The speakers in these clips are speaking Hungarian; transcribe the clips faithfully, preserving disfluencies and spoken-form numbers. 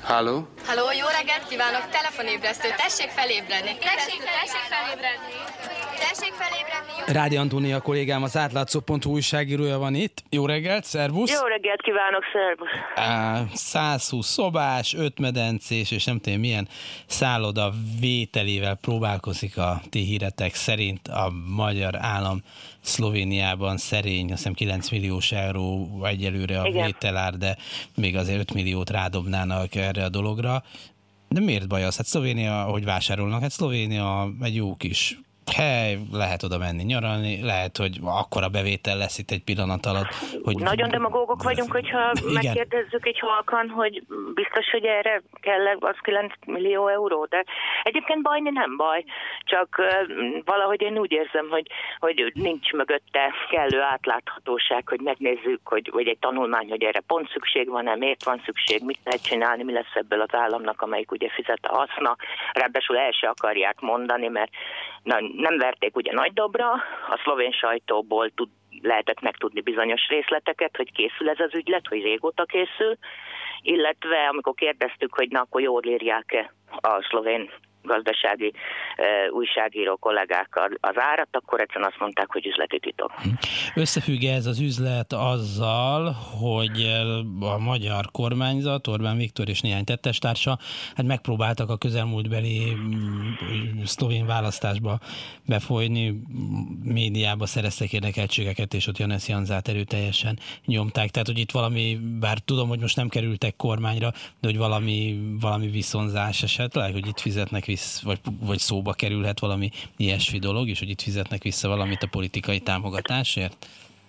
Halló? Halló, jó reggelt kívánok, telefonébresztő, tessék felébredni. Tessék, tessék felébredni. Tessék felébredni. Rádi Antónia kollégám, az átlátszó pont hu újságírója van itt. Jó reggelt, szervusz! Jó reggelt kívánok, szervusz! száz húsz szobás, öt medencés, és nem tudom milyen szálloda vételével próbálkozik a ti híretek szerint a magyar állam Szlovéniában szerény, azt hiszem kilenc milliós euró egyelőre a Igen. vételár, de még azért öt milliót rádobnának erre a dologra. De miért baj az? Hát Szlovénia, hogy vásárolnak? Hát Szlovénia egy jó kis hely, lehet oda menni nyaralni, lehet, hogy akkora bevétel lesz itt egy pillanat alatt, hogy... Nagyon demagógok vagyunk, hogyha igen. megkérdezzük egy halkan, hogy biztos, hogy erre kell az kilenc millió euró, de egyébként bajni nem baj, csak uh, valahogy én úgy érzem, hogy, hogy nincs mögötte kellő átláthatóság, hogy megnézzük, hogy, hogy egy tanulmány, hogy erre pont szükség van-e, miért van szükség, mit lehet csinálni, mi lesz ebből az államnak, amelyik ugye fizet a haszna, ráadásul el se akarják mondani, mert na, nem verték ugye nagy dobra, a szlovén sajtóból tud, lehetett megtudni bizonyos részleteket, hogy készül ez az ügylet, hogy régóta készül, illetve amikor kérdeztük, hogy na akkor jól írják-e a szlovén gazdasági uh, újságíró kollégákkal az árat, akkor egyszerűen azt mondták, hogy üzleti titok. Összefügg ez az üzlet azzal, hogy a magyar kormányzat, Orbán Viktor és néhány tettestársa hát megpróbáltak a közelmúltbeli szlovén választásba befolyni, médiába szereztek érdekeltségeket, és ott Janez Janzát erőteljesen nyomták. Tehát, hogy itt valami, bár tudom, hogy most nem kerültek kormányra, de hogy valami, valami viszonzás esetleg, hogy itt fizetnek vissza, vagy, vagy szóba kerülhet valami ilyesmi dolog, és hogy itt fizetnek vissza valamit a politikai támogatásért?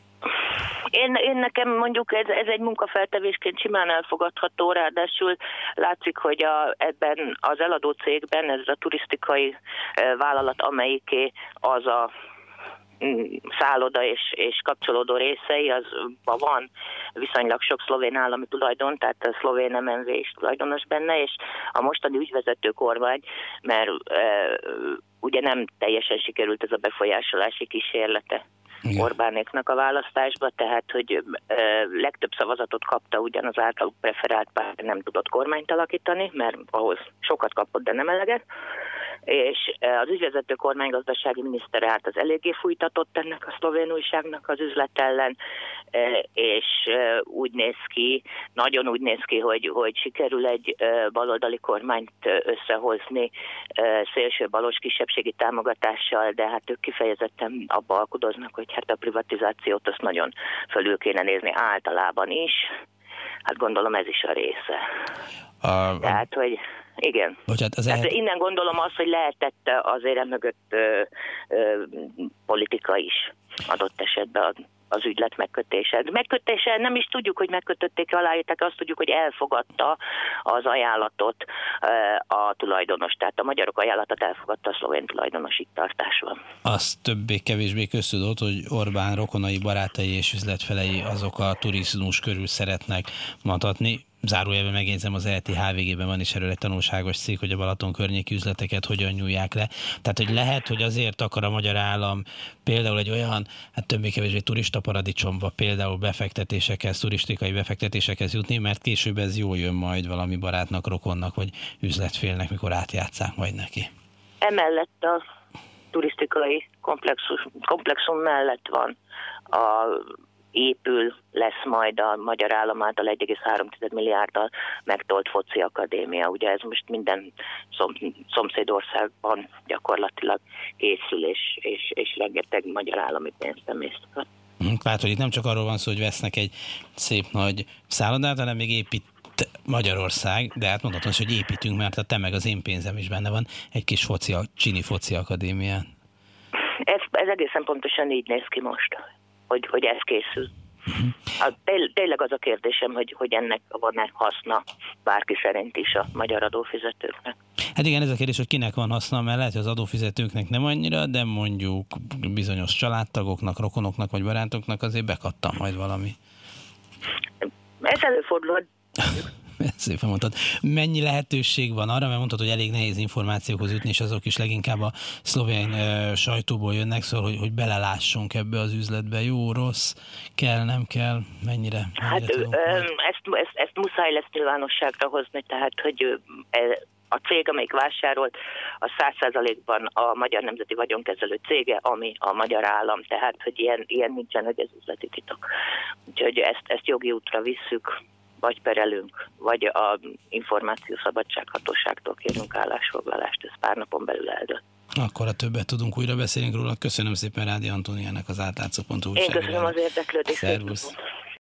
Én, én nekem mondjuk ez, ez egy munkafeltevésként simán elfogadható, ráadásul látszik, hogy a, ebben az eladó cégben ez a turisztikai e, vállalat, amelyiké az a szálloda és, és kapcsolódó részei, az van viszonylag sok szlovén állami tulajdon, tehát a szlovén em en vé is tulajdonos benne, és a mostani ügyvezető kormány, mert e, ugye nem teljesen sikerült ez a befolyásolási kísérlete igen. Orbánéknak a választásba, tehát hogy e, legtöbb szavazatot kapta ugyanaz általuk preferált párt, nem tudott kormányt alakítani, mert ahhoz sokat kapott, de nem eleget, és az ügyvezető kormánygazdasági miniszter állt az eléggé fújtatott ennek a szlovén újságnak az üzlet ellen, és úgy néz ki, nagyon úgy néz ki, hogy, hogy sikerül egy baloldali kormányt összehozni szélső balos kisebbségi támogatással, de hát ők kifejezetten abba alkudoznak, hogy hát a privatizációt azt nagyon fölül kéne nézni általában is. Hát gondolom ez is a része. A... Tehát, hogy igen. Bocsánat, az hát el... innen gondolom azt, hogy lehetett azért mögött ö, ö, politika is adott esetben az ügylet megkötése. Megkötése nem is tudjuk, hogy megkötötték, aláírták, azt tudjuk, hogy elfogadta az ajánlatot a tulajdonos. Tehát a magyarok ajánlatot elfogadta, a szlovén tulajdonos itt tartásban. Az többé-kevésbé köztudott, hogy Orbán rokonai, barátai és üzletfelei azok a turizmus körül szeretnek matatni. Zárójelben megjegyzem, az E T H V G-ben van is erről egy tanulságos cikk, hogy a Balaton környéki üzleteket hogyan nyúlják le. Tehát, hogy lehet, hogy azért akar a magyar állam például egy olyan, hát többé-kevésbé turista paradicsomba például befektetésekhez, turistikai befektetésekhez jutni, mert később ez jól jön majd valami barátnak, rokonnak, vagy üzletfélnek, mikor átjátsszák majd neki. Emellett a turisztikai komplexum, komplexum mellett van a épül, lesz majd a magyar állam által egy egész három milliárddal megtolt foci akadémia. Ugye ez most minden szom, szomszédországban gyakorlatilag készül, és, és, és rengeteg magyar állami pénzt emésztett. Tehát, hogy itt nem csak arról van szó, hogy vesznek egy szép nagy szállodát, hanem még épít Magyarország, de hát mondhatom, hogy építünk, mert a te meg az én pénzem is benne van egy kis foci, csini foci akadémián. Ez, ez egészen pontosan így néz ki most, hogy, hogy ez készül. A, tényleg az a kérdésem, hogy, hogy ennek van-e haszna bárki szerint is a magyar adófizetőknek. Hát igen, ez a kérdés, hogy kinek van haszna, mert lehet, hogy az adófizetőknek nem annyira, de mondjuk bizonyos családtagoknak, rokonoknak vagy barátoknak azért bekattan majd valami. Ez előfordul. Szépen mondtad. Mennyi lehetőség van arra, mert mondtad, hogy elég nehéz információkhoz jutni, és azok is leginkább a szlovén uh, sajtóból jönnek, szóval, hogy, hogy belelássunk ebbe az üzletbe. Jó, rossz, kell, nem kell, mennyire? mennyire hát ö, ezt, ezt, ezt muszáj lesz nyilvánosságra hozni, tehát, hogy a cég, amelyik vásárolt, a száz százalékban a Magyar Nemzeti Vagyonkezelő cége, ami a magyar állam, tehát, hogy ilyen, ilyen nincsen, hogy ez üzleti titok. Úgyhogy ezt, ezt jogi útra visszük, vagy perelünk, vagy a információszabadsághatóságtól kérünk állásfoglalást, ez pár napon belül eldönt. Akkor a többet tudunk, újra beszélünk róla. Köszönöm szépen Rádi Antóniának, az átlátszó pont hu Én köszönöm az érdeklődést. Szervusz.